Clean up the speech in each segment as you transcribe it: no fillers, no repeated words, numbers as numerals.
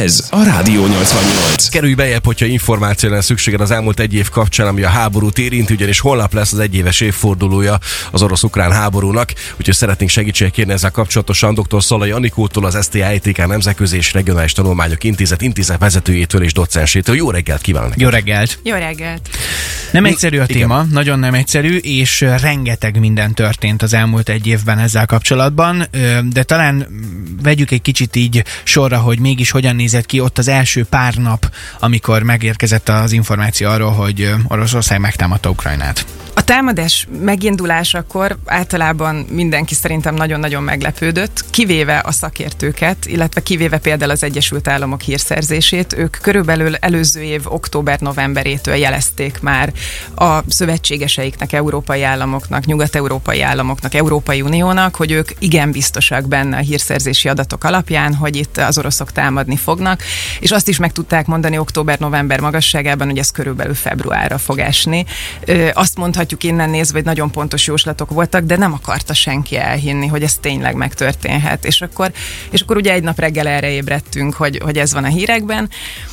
Ez a Rádió 88. Kerülj bejebb, hogyha információra lesz szükséged az elmúlt egy év kapcsán, ami a háborút érinti, ugyanis holnap lesz az egyéves évfordulója az orosz-ukrán háborúnak, úgyhogy szeretnénk segítséget kérni ezzel kapcsolatosan dr. Szalai Anikótól, az STITK Nemzetközi és Regionális Tanulmányok Intézet vezetőjétől és docensétől. Jó reggelt kívánok! Jó reggelt! Jó reggelt! Nem egyszerű a téma, nagyon nem egyszerű, és rengeteg minden történt az elmúlt egy évben ezzel kapcsolatban, de talán vegyük egy kicsit így sorra, hogy mégis hogyan nézett ki ott az első pár nap, amikor megérkezett az információ arról, hogy Oroszország megtámadta Ukrajnát. A támadás megindulásakor általában mindenki szerintem nagyon-nagyon meglepődött, kivéve a szakértőket, illetve kivéve például az Egyesült Államok hírszerzését. Ők körülbelül előző év október-novemberétől jelezték már a szövetségeseiknek, európai államoknak, nyugat-európai államoknak, Európai Uniónak, hogy ők igen biztosak benne a hírszerzési adatok alapján, hogy itt az oroszok támadni fognak, és azt is meg tudták mondani október-november magasságában, hogy ez körülbelül februárra fog esni. Azt mondhatjuk innen nézve, hogy nagyon pontos jóslatok voltak, de nem akarta senki elhinni, hogy ez tényleg megtörténhet. És akkor ugye egy nap reggel erre ébredtünk, hogy ez van a hírekben,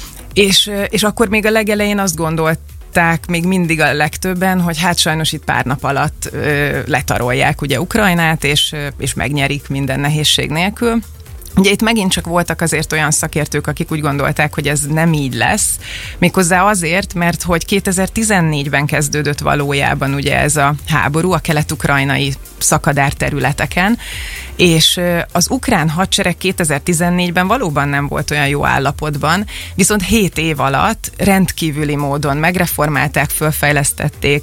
és akkor még a legelején azt gondolták még mindig a legtöbben, hogy hát sajnos itt pár nap alatt letarolják ugye Ukrajnát, és megnyerik minden nehézség nélkül. Ugye itt megint csak voltak azért olyan szakértők, akik úgy gondolták, hogy ez nem így lesz. Méghozzá azért, mert hogy 2014-ben kezdődött valójában ugye ez a háború a kelet-ukrajnai szakadár területeken, és az ukrán hadsereg 2014-ben valóban nem volt olyan jó állapotban, viszont 7 év alatt rendkívüli módon megreformálták, fölfejlesztették,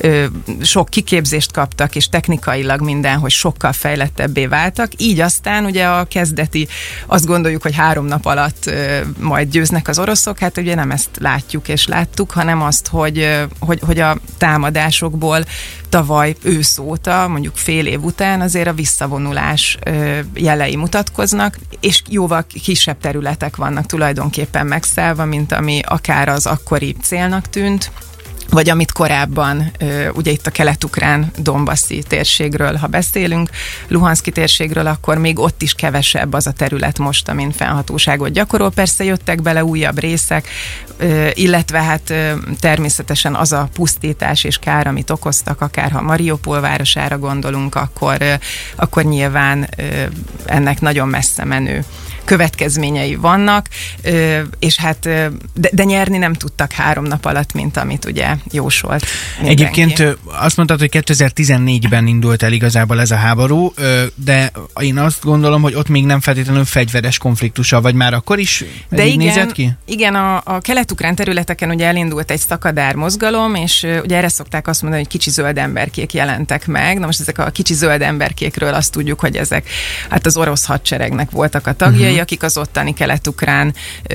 sok kiképzést kaptak, és technikailag mindenhogy sokkal fejlettebbé váltak. Így aztán ugye a kezdeti, azt gondoljuk, hogy 3 nap alatt majd győznek az oroszok, hát ugye nem ezt látjuk és láttuk, hanem azt, hogy a támadásokból tavaly ősz óta, mondjuk fél év után azért a visszavonulás jelei mutatkoznak, és jóval kisebb területek vannak tulajdonképpen megszállva, mint ami akár az akkori célnak tűnt, vagy amit korábban, ugye itt a kelet-ukrán Donbassi térségről, ha beszélünk, Luhanszki térségről, akkor még ott is kevesebb az a terület most, amin fennhatóságot gyakorol. Persze jöttek bele újabb részek, illetve hát természetesen az a pusztítás és kár, amit okoztak, akár ha Mariupol városára gondolunk, akkor nyilván ennek nagyon messze menő következményei vannak, és hát de nyerni nem tudtak 3 nap alatt, mint amit ugye jósolt mindenki. Egyébként azt mondtad, hogy 2014-ben indult el igazából ez a háború, de én azt gondolom, hogy ott még nem feltétlenül fegyveres konfliktusa, vagy már akkor is de így nézett ki? Igen, a kelet-ukrán területeken ugye elindult egy szakadár mozgalom, és ugye erre szokták azt mondani, hogy kicsi zöld emberkék jelentek meg. Na most ezek a kicsi zöld emberkékről azt tudjuk, hogy ezek hát az orosz hadseregnek voltak a tagjai, akik az ottani kelet-ukrán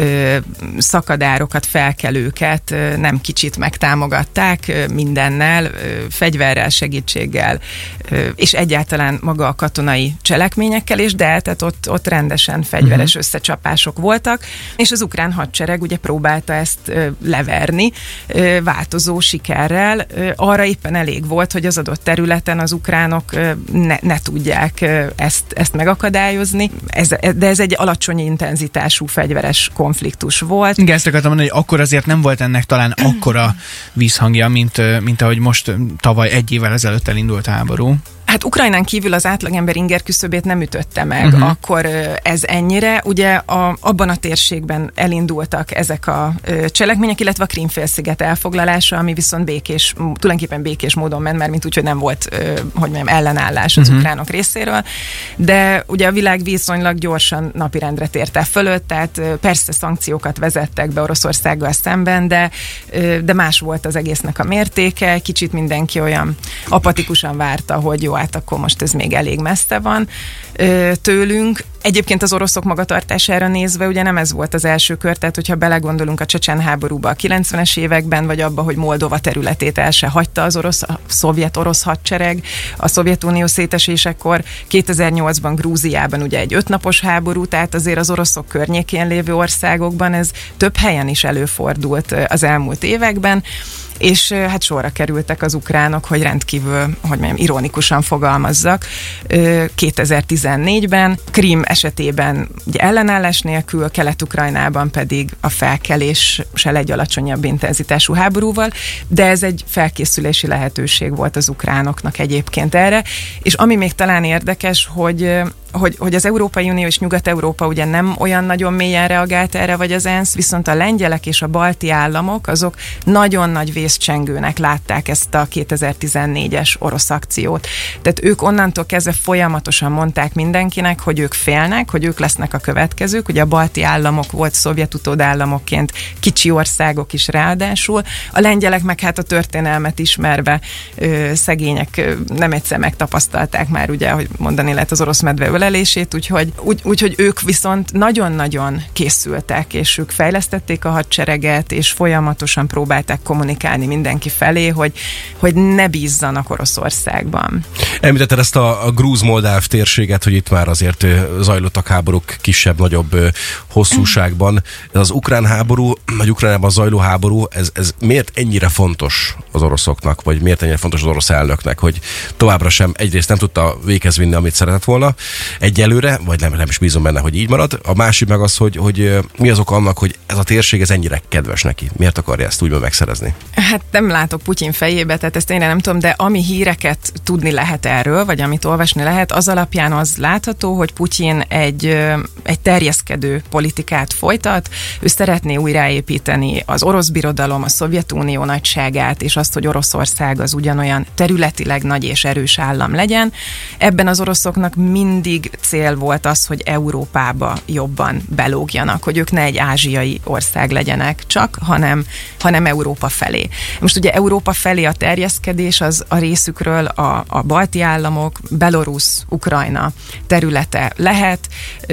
szakadárokat, felkelőket nem kicsit megtámogatták mindennel, fegyverrel, segítséggel, és egyáltalán maga a katonai cselekményekkel is, de tehát ott rendesen fegyveres összecsapások voltak, és az ukrán hadsereg ugye próbálta ezt leverni változó sikerrel. Arra éppen elég volt, hogy az adott területen az ukránok ne tudják ezt megakadályozni, de ez egy alacsony intenzitású fegyveres konfliktus volt. Igen, ezt akartam mondani, hogy akkor azért nem volt ennek talán akkora vízhangja, mint ahogy most tavaly 1 évvel ezelőtt elindult a háború. Hát Ukrajnán kívül az átlagember inger küszöbét nem ütötte meg, akkor ez ennyire. Ugye abban a térségben elindultak ezek a cselekmények, illetve a Krím-félsziget elfoglalása, ami viszont tulajdonképpen békés módon ment, mert mint úgy, hogy nem volt, hogy mondjam, ellenállás az ukránok részéről. De ugye a világ viszonylag gyorsan napirendre térte fölött, tehát persze szankciókat vezettek be Oroszországgal szemben, de más volt az egésznek a mértéke. Kicsit mindenki olyan apatikusan várta, hogy jó, hát akkor most ez még elég messze van tőlünk. Egyébként az oroszok magatartására nézve ugye nem ez volt az első kör, tehát hogyha belegondolunk a csecsen háborúba a 90-es években, vagy abba, hogy Moldova területét el se hagyta a szovjet-orosz hadsereg, a Szovjetunió szétesésekor, 2008-ban Grúziában ugye egy 5 napos háború, tehát azért az oroszok környékén lévő országokban ez több helyen is előfordult az elmúlt években, és hát sorra kerültek az ukránok, hogy rendkívül, hogy mondjam, ironikusan fogalmazzak. 2014-ben, Krím esetében ugye ellenállás nélkül, Kelet-Ukrajnában pedig a felkeléssel egy alacsonyabb intenzitású háborúval, de ez egy felkészülési lehetőség volt az ukránoknak egyébként erre, és ami még talán érdekes, hogy az Európai Unió és Nyugat-Európa ugye nem olyan nagyon mélyen reagált erre, vagy az ENSZ, viszont a lengyelek és a balti államok azok nagyon nagy vészcsengőnek látták ezt a 2014-es orosz akciót. Tehát ők onnantól kezdve folyamatosan mondták mindenkinek, hogy ők félnek, hogy ők lesznek a következők. Ugye a balti államok volt szovjet utódállamokként kicsi országok is ráadásul. A lengyelek meg hát a történelmet ismerve szegények nem egyszer megtapasztalták már, ugye, hogy mondani lehet az orosz medve ölelését, úgyhogy ők viszont nagyon-nagyon készültek, és ők fejlesztették a hadsereget, és folyamatosan próbálták kommunikálni mindenki felé, hogy ne bízzanak Oroszországban. Említetted ezt a grúz-moldáv térséget, hogy itt már azért zajlottak háborúk kisebb-nagyobb hosszúságban. Ez az ukrán háború, vagy Ukrajnában zajló háború, ez miért ennyire fontos az oroszoknak, vagy miért ennyire fontos az orosz elnöknek, hogy továbbra sem egyrészt nem tudta véghez vinni, amit szeretett volna egyelőre, vagy nem is bízom benne, hogy így marad. A másik meg az, hogy mi az oka annak, hogy ez a térség ez ennyire kedves neki. Miért akarja ezt úgymond megszerezni? Hát nem látok Putyin fejébe, tehát ezt én nem tudom, de ami híreket tudni lehet erről, vagy amit olvasni lehet, az alapján az látható, hogy Putyin egy terjeszkedő politikát folytat. Ő szeretné újraépíteni az orosz birodalom, a Szovjetunió nagyságát, és azt, hogy Oroszország az ugyanolyan területileg nagy és erős állam legyen. Ebben az oroszoknak mindig cél volt az, hogy Európába jobban belógjanak, hogy ők ne egy ázsiai ország legyenek csak, hanem Európa felé. Most ugye Európa felé a terjeszkedés az a részükről a balti államok, Belorusz, Ukrajna területe lehet.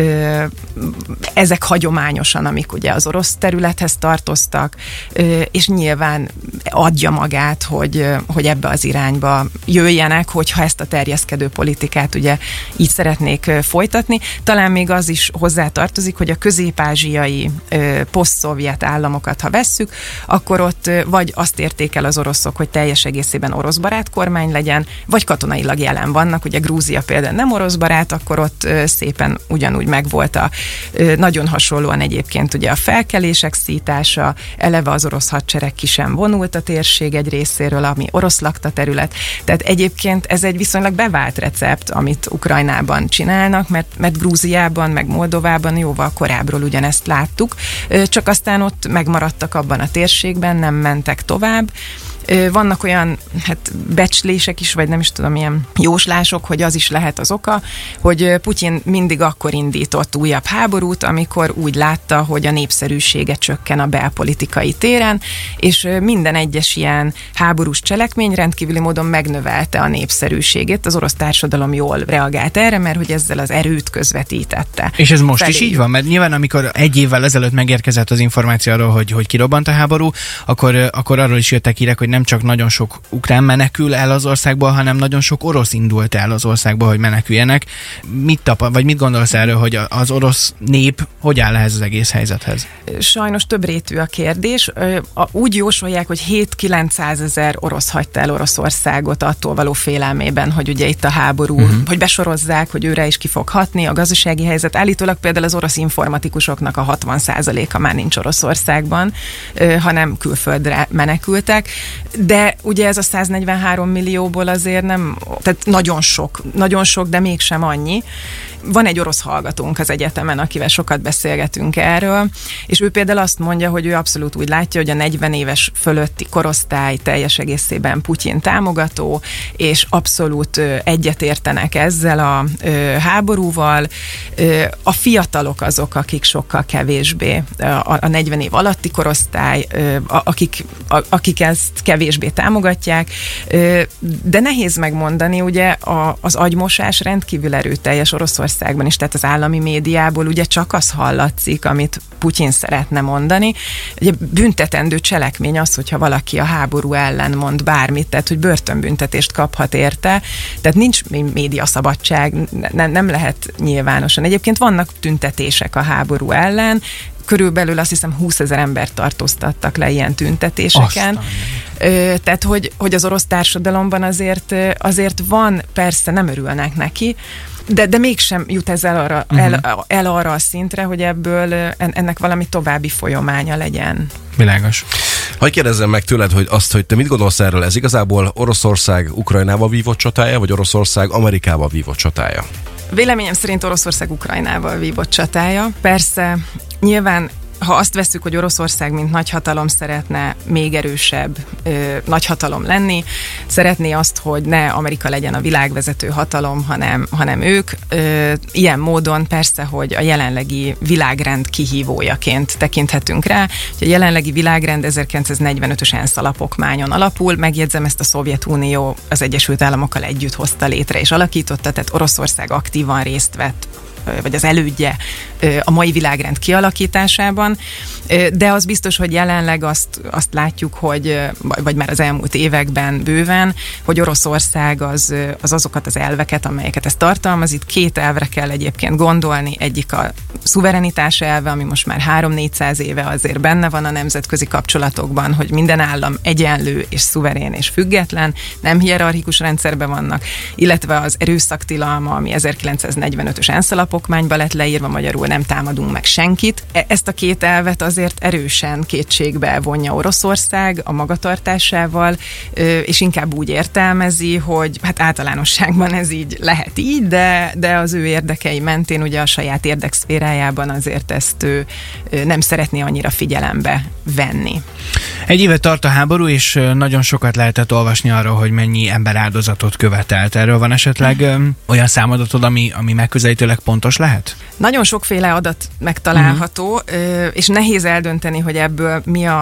Ezek hagyományosan, amik ugye az orosz területhez tartoztak, és nyilván adja magát, hogy ebbe az irányba jöjjenek, hogyha ezt a terjeszkedő politikát ugye így szeretnék folytatni. Talán még az is hozzátartozik, hogy a közép-ázsiai poszt-szovjet államokat, ha vesszük, akkor ott vagy azt érték el az oroszok, hogy teljes egészében orosz barát kormány legyen, vagy katonailag jelen vannak. Ugye Grúzia például nem orosz barát, akkor ott szépen ugyanúgy megvolt nagyon hasonlóan egyébként ugye a felkelések szítása, eleve az orosz hadsereg ki sem vonult a térség egy részéről, ami orosz lakta terület. Tehát egyébként ez egy viszonylag bevált recept, amit Ukrajnában csinálnak, mert Grúziában, meg Moldovában jóval korábbról ugyanezt láttuk, csak aztán ott megmaradtak abban a térségben, nem mentek tovább. Vannak olyan becslések is, vagy nem is tudom, ilyen jóslások, hogy az is lehet az oka, hogy Putyin mindig akkor indított újabb háborút, amikor úgy látta, hogy a népszerűsége csökken a belpolitikai téren, és minden egyes ilyen háborús cselekmény rendkívüli módon megnövelte a népszerűségét. Az orosz társadalom jól reagált erre, mert hogy ezzel az erőt közvetítette. És ez most is így van? Mert nyilván amikor egy évvel ezelőtt megérkezett az információ arról, hogy kirobbant a háború, akkor arról is jöttek hírek, hogy nem csak nagyon sok ukrán menekül el az országból, hanem nagyon sok orosz indult el az országból, hogy meneküljenek. Mit gondolsz erről, hogy az orosz nép hogy áll ehhez az egész helyzethez? Sajnos több rétű a kérdés. Úgy jósolják, hogy 7-900 ezer orosz hagyta el Oroszországot attól való félelmében, hogy ugye itt a háború, hogy besorozzák, hogy őre is ki fog hatni, a gazdasági helyzet. Állítólag például az orosz informatikusoknak a 60%-a már nincs Oroszországban, hanem külföldre menekültek. De ugye ez a 143 millióból azért nem, tehát nagyon sok, de mégsem annyi. Van egy orosz hallgatónk az egyetemen, akivel sokat beszélgetünk erről, és ő például azt mondja, hogy ő abszolút úgy látja, hogy a 40 éves fölötti korosztály teljes egészében Putyin támogató, és abszolút egyetértenek ezzel a háborúval. A fiatalok azok, akik sokkal kevésbé, a 40 év alatti korosztály, akik ezt kevésbé támogatják, de nehéz megmondani, ugye az agymosás rendkívül erőteljes Oroszországban is, tehát az állami médiából ugye csak az hallatszik, amit Putyin szeretne mondani. Ugye büntetendő cselekmény az, hogyha valaki a háború ellen mond bármit, tehát hogy börtönbüntetést kaphat érte, tehát nincs médiaszabadság, nem lehet nyilvánosan. Egyébként vannak tüntetések a háború ellen, körülbelül azt hiszem 20 000 embert tartóztattak le ilyen tüntetéseken. Tehát, hogy az orosz társadalomban azért van, persze nem örülnek neki, de mégsem jut ez el arra a szintre, hogy ebből ennek valami további folyamánya legyen. Világos. Hadd kérdezzem meg tőled, hogy te mit gondolsz erről? Ez igazából Oroszország Ukrajnával vívott csatája, vagy Oroszország Amerikával vívott csatája? Véleményem szerint Oroszország Ukrajnával vívott csatája. Persze, nyilván ha azt vesszük, hogy Oroszország, mint nagyhatalom szeretne még erősebb nagyhatalom lenni, szeretné azt, hogy ne Amerika legyen a világvezető hatalom, hanem ők. Ilyen módon persze, hogy a jelenlegi világrend kihívójaként tekinthetünk rá. A jelenlegi világrend 1945-ös ENSZ alapokmányon alapul, megjegyzem, ezt a Szovjetunió az Egyesült Államokkal együtt hozta létre és alakította, tehát Oroszország aktívan részt vett, vagy az elődje a mai világrend kialakításában, de az biztos, hogy jelenleg azt látjuk, hogy, vagy már az elmúlt években bőven, hogy Oroszország az azokat az elveket, amelyeket ez tartalmaz. Itt két elvre kell egyébként gondolni. Egyik a szuverenitás elve, ami most már 300-400 éve azért benne van a nemzetközi kapcsolatokban, hogy minden állam egyenlő és szuverén és független, nem hierarchikus rendszerben vannak, illetve az erőszaktilalma, ami 1945-ös ENSZ alapokmányba lett leírva, magyarul nem támadunk meg senkit. Ezt a két elvet azért erősen kétségbe vonja Oroszország a magatartásával, és inkább úgy értelmezi, hogy hát általánosságban ez így lehet így, de az ő érdekei mentén ugye a saját érdekszférájában azért ezt ő nem szeretné annyira figyelembe venni. Egy éve tart a háború, és nagyon sokat lehetett olvasni arról, hogy mennyi emberáldozatot követelt. Erről van esetleg olyan számadatod, ami megközelítőleg pontos lehet? Nagyon sokféle adat megtalálható, és nehéz eldönteni, hogy ebből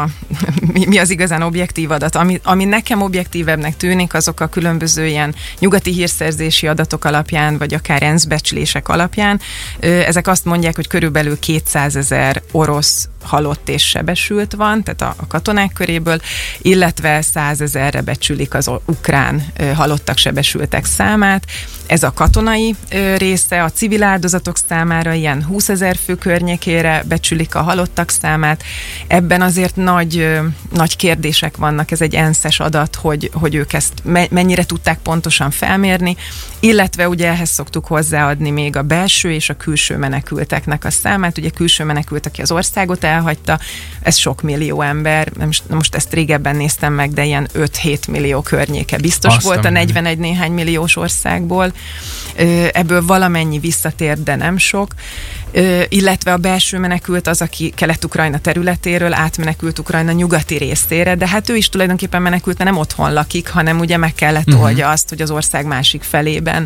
mi az igazán objektív adat. Ami nekem objektívebbnek tűnik, azok a különböző ilyen nyugati hírszerzési adatok alapján, vagy akár ENSZ becslések alapján. Ezek azt mondják, hogy körülbelül 200 000 orosz halott és sebesült van, tehát a katonák köréből, illetve 100 000-re becsülik az ukrán halottak, sebesültek számát. Ez a katonai része, a civil áldozatok számára ilyen 20 000 fő környékére becsülik a halottak számát. Ebben azért nagy kérdések vannak, ez egy ENSZ-es adat, hogy ők ezt mennyire tudták pontosan felmérni, illetve ugye ehhez szoktuk hozzáadni még a belső és a külső menekülteknek a számát. Ugye külső menekült, aki az országot elhagyta, ez sok millió ember, most ezt régebben néztem meg, de ilyen 5-7 millió környéke biztos volt a 41 néhány milliós országból. Ebből valamennyi visszatér, de nem sok. Illetve a belső menekült az, aki Kelet-Ukrajna területéről átmenekült Ukrajna nyugati részére, de hát ő is tulajdonképpen menekült, mert nem otthon lakik, hanem ugye meg kellett oldja azt, hogy az ország másik felében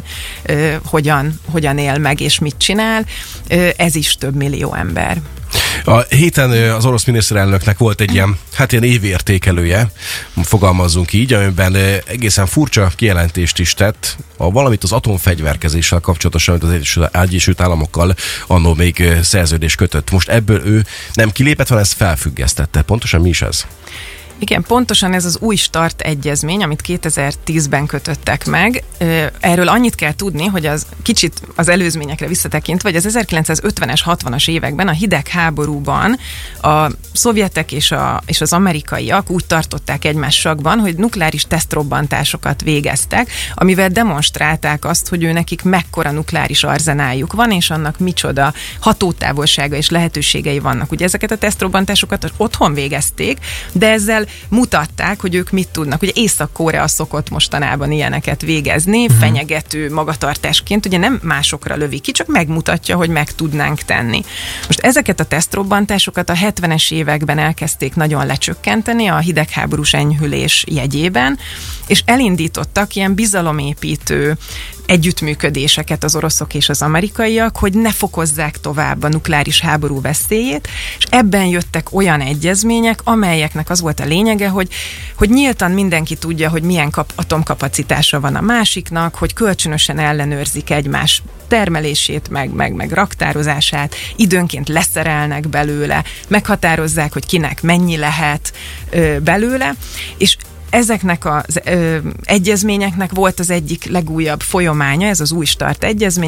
hogyan él meg és mit csinál. Ez is több millió ember. A héten az orosz miniszterelnöknek volt egy ilyen évértékelője, fogalmazzunk így, amiben egészen furcsa kijelentést is tett, valamit az atomfegyverkezéssel kapcsolatosan, amit az Egyesült Államokkal annó még szerződés kötött. Most ebből ő nem kilépett, hanem ezt felfüggesztette. Pontosan mi is ez? Igen, pontosan ez az új START egyezmény, amit 2010-ben kötöttek meg. Erről annyit kell tudni, hogy az kicsit az előzményekre visszatekintve, hogy az 1950-es, 60-as években a hidegháborúban a szovjetek és az amerikaiak úgy tartották egymás sakban, hogy nukleáris tesztrobbantásokat végeztek, amivel demonstrálták azt, hogy nekik mekkora nukleáris arzenáljuk van, és annak micsoda hatótávolsága és lehetőségei vannak. Ugye ezeket a tesztrobbantásokat otthon végezték, de ezzel mutatták, hogy ők mit tudnak. Ugye Észak-Korea szokott mostanában ilyeneket végezni, fenyegető magatartásként, ugye nem másokra lövi ki, csak megmutatja, hogy meg tudnánk tenni. Most ezeket a tesztrobbantásokat a 70-es években elkezdték nagyon lecsökkenteni a hidegháborús enyhülés jegyében, és elindítottak ilyen bizalomépítő együttműködéseket az oroszok és az amerikaiak, hogy ne fokozzák tovább a nukleáris háború veszélyét, és ebben jöttek olyan egyezmények, amelyeknek az volt a lényege, hogy nyíltan mindenki tudja, hogy milyen atomkapacitása van a másiknak, hogy kölcsönösen ellenőrzik egymás termelését, meg raktározását, időnként leszerelnek belőle, meghatározzák, hogy kinek mennyi lehet belőle, és ezeknek az egyezményeknek volt az egyik legújabb folyamánya, ez az új START egyezmény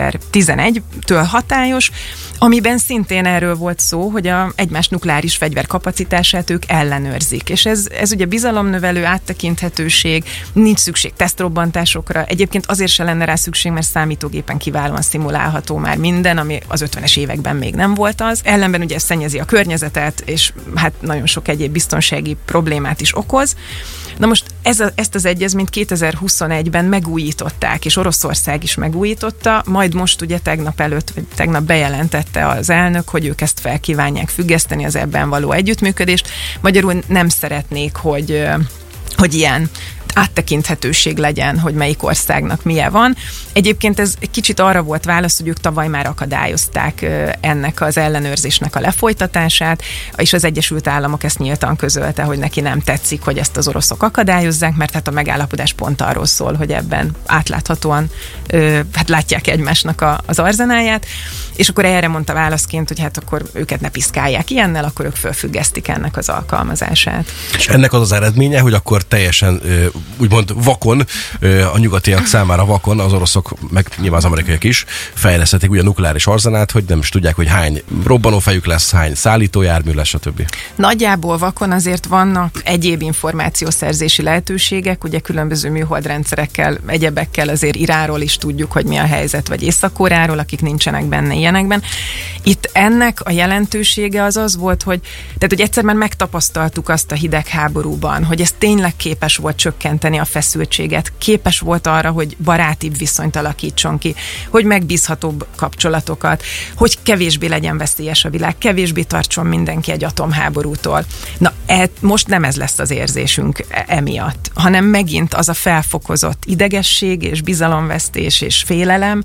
2011-től hatályos, amiben szintén erről volt szó, hogy egymás nukleáris fegyverkapacitását ők ellenőrzik. És ez ugye bizalomnövelő, áttekinthetőség, nincs szükség tesztrobbantásokra. Egyébként azért se lenne rá szükség, mert számítógépen kiválóan szimulálható már minden, ami az 50-es években még nem volt az. Ellenben ugye szennyezi a környezetet, és hát nagyon sok egyéb biztonsági problémát is okoz. Na most ezt az egyezményt 2021-ben megújították, és Oroszország is megújította, majd most ugye tegnap bejelentette az elnök, hogy ők ezt fel kívánják függeszteni, az ebben való együttműködést. Magyarul nem szeretnék, hogy ilyen áttekinthetőség legyen, hogy melyik országnak milyen van. Egyébként ez egy kicsit arra volt válasz, hogy ők tavaly már akadályozták ennek az ellenőrzésnek a lefolytatását, és az Egyesült Államok ezt nyíltan közölte, hogy neki nem tetszik, hogy ezt az oroszok akadályozzák, mert hát a megállapodás pont arról szól, hogy ebben átláthatóan hát látják egymásnak az arzenáját, és akkor erre mondta válaszként, hogy hát akkor őket ne piszkálják ilyennel, akkor ők fölfüggesztik ennek az alkalmazását. És ennek az eredménye, hogy akkor teljesen úgymond vakon, a nyugatiak számára vakon, az oroszok, meg nyilván az amerikaiak is fejlesztették ugye a nukleáris arzenát, hogy nem is tudják, hogy hány robbanófejük lesz, hány szállítójármű lesz, stb. Nagyjából vakon azért vannak egyéb információszerzési lehetőségek, ugye különböző műholdrendszerekkel, egyebekkel azért Iránról is tudjuk, hogy mi a helyzet, vagy Észak-Koreáról, akik nincsenek benne ilyenekben. Itt ennek a jelentősége az volt, hogy egyszer már megtapasztaltuk azt a hidegháborúban, hogy ez tényleg képes volt csökkenteni a feszültséget, képes volt arra, hogy barátibb viszonyt alakítson ki, hogy megbízhatóbb kapcsolatokat, hogy kevésbé legyen veszélyes a világ, kevésbé tartson mindenki egy atomháborútól. Na, most nem ez lesz az érzésünk emiatt, hanem megint az a felfokozott idegesség és bizalomvesztés és félelem,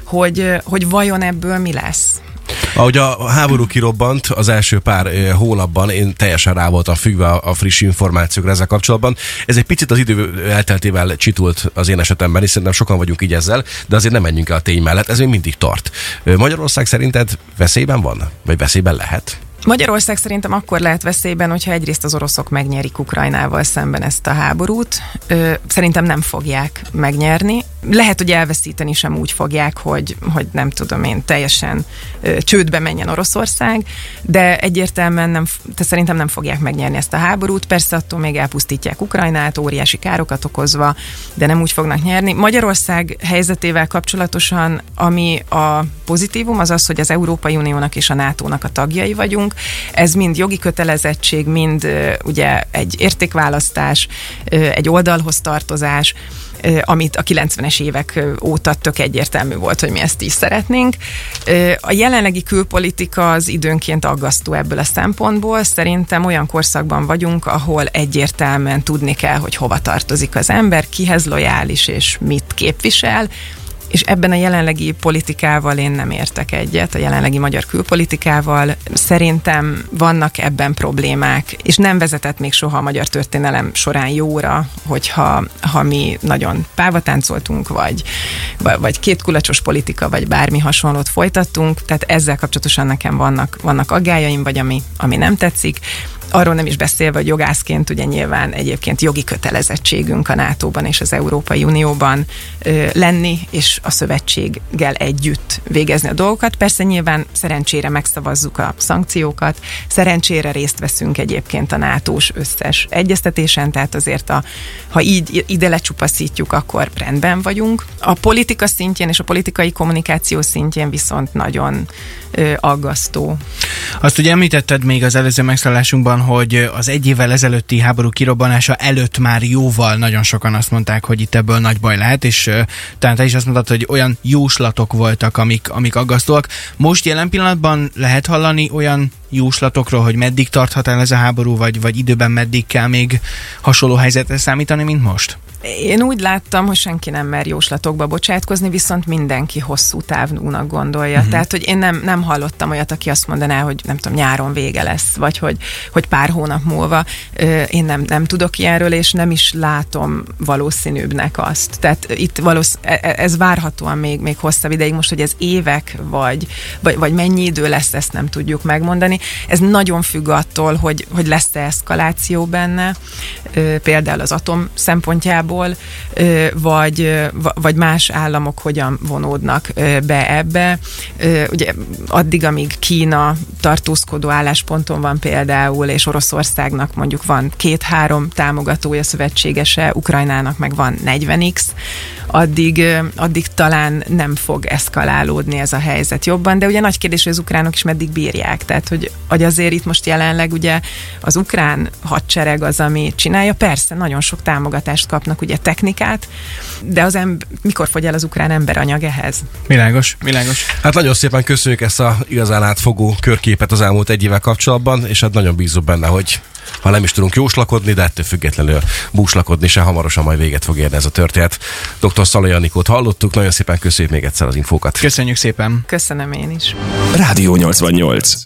hogy vajon ebből mi lesz. Ahogy a háború kirobbant, az első pár hónapban én teljesen rá voltam függve a friss információkra ezzel kapcsolatban. Ez egy picit az idő elteltével csitult az én esetemben, és szerintem sokan vagyunk így ezzel, de azért nem menjünk el a tény mellett, ez még mindig tart. Magyarország szerinted veszélyben van? Vagy veszélyben lehet? Magyarország szerintem akkor lehet veszélyben, hogyha egyrészt az oroszok megnyerik Ukrajnával szemben ezt a háborút. Szerintem nem fogják megnyerni. Lehet, hogy elveszíteni sem úgy fogják, hogy nem tudom én, teljesen csődbe menjen Oroszország, de egyértelműen szerintem nem fogják megnyerni ezt a háborút. Persze attól még elpusztítják Ukrajnát, óriási károkat okozva, de nem úgy fognak nyerni. Magyarország helyzetével kapcsolatosan, ami a pozitívum, az az, hogy az Európai Uniónak és a NATO-nak a tagjai vagyunk. Ez mind jogi kötelezettség, mind ugye egy értékválasztás, egy oldalhoz tartozás, amit a 90-es évek óta tök egyértelmű volt, hogy mi ezt is szeretnénk. A jelenlegi külpolitika az időnként aggasztó ebből a szempontból. Szerintem olyan korszakban vagyunk, ahol egyértelműen tudni kell, hogy hova tartozik az ember, kihez lojális és mit képvisel, és ebben a jelenlegi politikával én nem értek egyet, a jelenlegi magyar külpolitikával. Szerintem vannak ebben problémák, és nem vezetett még soha a magyar történelem során jóra, hogyha mi nagyon pávatáncoltunk, vagy kétkulacsos politika, vagy bármi hasonlót folytattunk. Tehát ezzel kapcsolatosan nekem vannak aggályaim, vagy ami nem tetszik. Arról nem is beszélve, hogy jogászként ugye nyilván egyébként jogi kötelezettségünk a NATO-ban és az Európai Unióban lenni, és a szövetséggel együtt végezni a dolgokat. Persze nyilván szerencsére megszavazzuk a szankciókat, szerencsére részt veszünk egyébként a NATO-s összes egyeztetésen, tehát azért ha így ide lecsupaszítjuk, akkor rendben vagyunk. A politika szintjén és a politikai kommunikáció szintjén viszont nagyon aggasztó. Azt ugye említetted még az előző megszállásunkban, hogy az egy évvel ezelőtti háború kirobbanása előtt már jóval nagyon sokan azt mondták, hogy itt ebből nagy baj lehet, és talán te is azt mondtad, hogy olyan jóslatok voltak, amik aggasztóak. Most jelen pillanatban lehet hallani olyan jóslatokról, hogy meddig tarthat el ez a háború, vagy időben meddig kell még hasonló helyzetre számítani, mint most? Én úgy láttam, hogy senki nem mer jóslatokba bocsátkozni, viszont mindenki hosszú távúnak gondolja. Tehát, hogy én nem hallottam olyat, aki azt mondaná, hogy nem tudom, nyáron vége lesz, vagy hogy pár hónap múlva. Én nem tudok ilyenről, és nem is látom valószínűbbnek azt. Tehát itt ez várhatóan még hosszabb ideig, most, hogy ez évek, vagy mennyi idő lesz, ezt nem tudjuk megmondani. Ez nagyon függ attól, hogy lesz-e eszkaláció benne, például az atom szempontjából, vagy más államok hogyan vonódnak be ebbe. Ugye addig, amíg Kína tartózkodó állásponton van például, és Oroszországnak mondjuk van 2-3 támogatója, szövetségese, Ukrajnának meg van 40x, addig talán nem fog eszkalálódni ez a helyzet jobban, de ugye nagy kérdés, hogy az ukránok is meddig bírják. Tehát, hogy azért itt most jelenleg ugye az ukrán hadsereg az, ami csinálja, persze nagyon sok támogatást kapnak, ugye technikát, de mikor fogy el az ukrán emberanyag ehhez? Világos. Hát nagyon szépen köszönjük ezt a igazán átfogó körképet az elmúlt egy évvel kapcsolatban, és hát nagyon bízunk benne, hogy ha nem is tudunk jóslakodni, de ettől függetlenül búslakodni se, hamarosan majd véget fog érni ez a történet. Dr. Szalai Anikót hallottuk, nagyon szépen köszönjük még egyszer az infókat. Köszönjük szépen. Köszönöm én is. Rádió 88.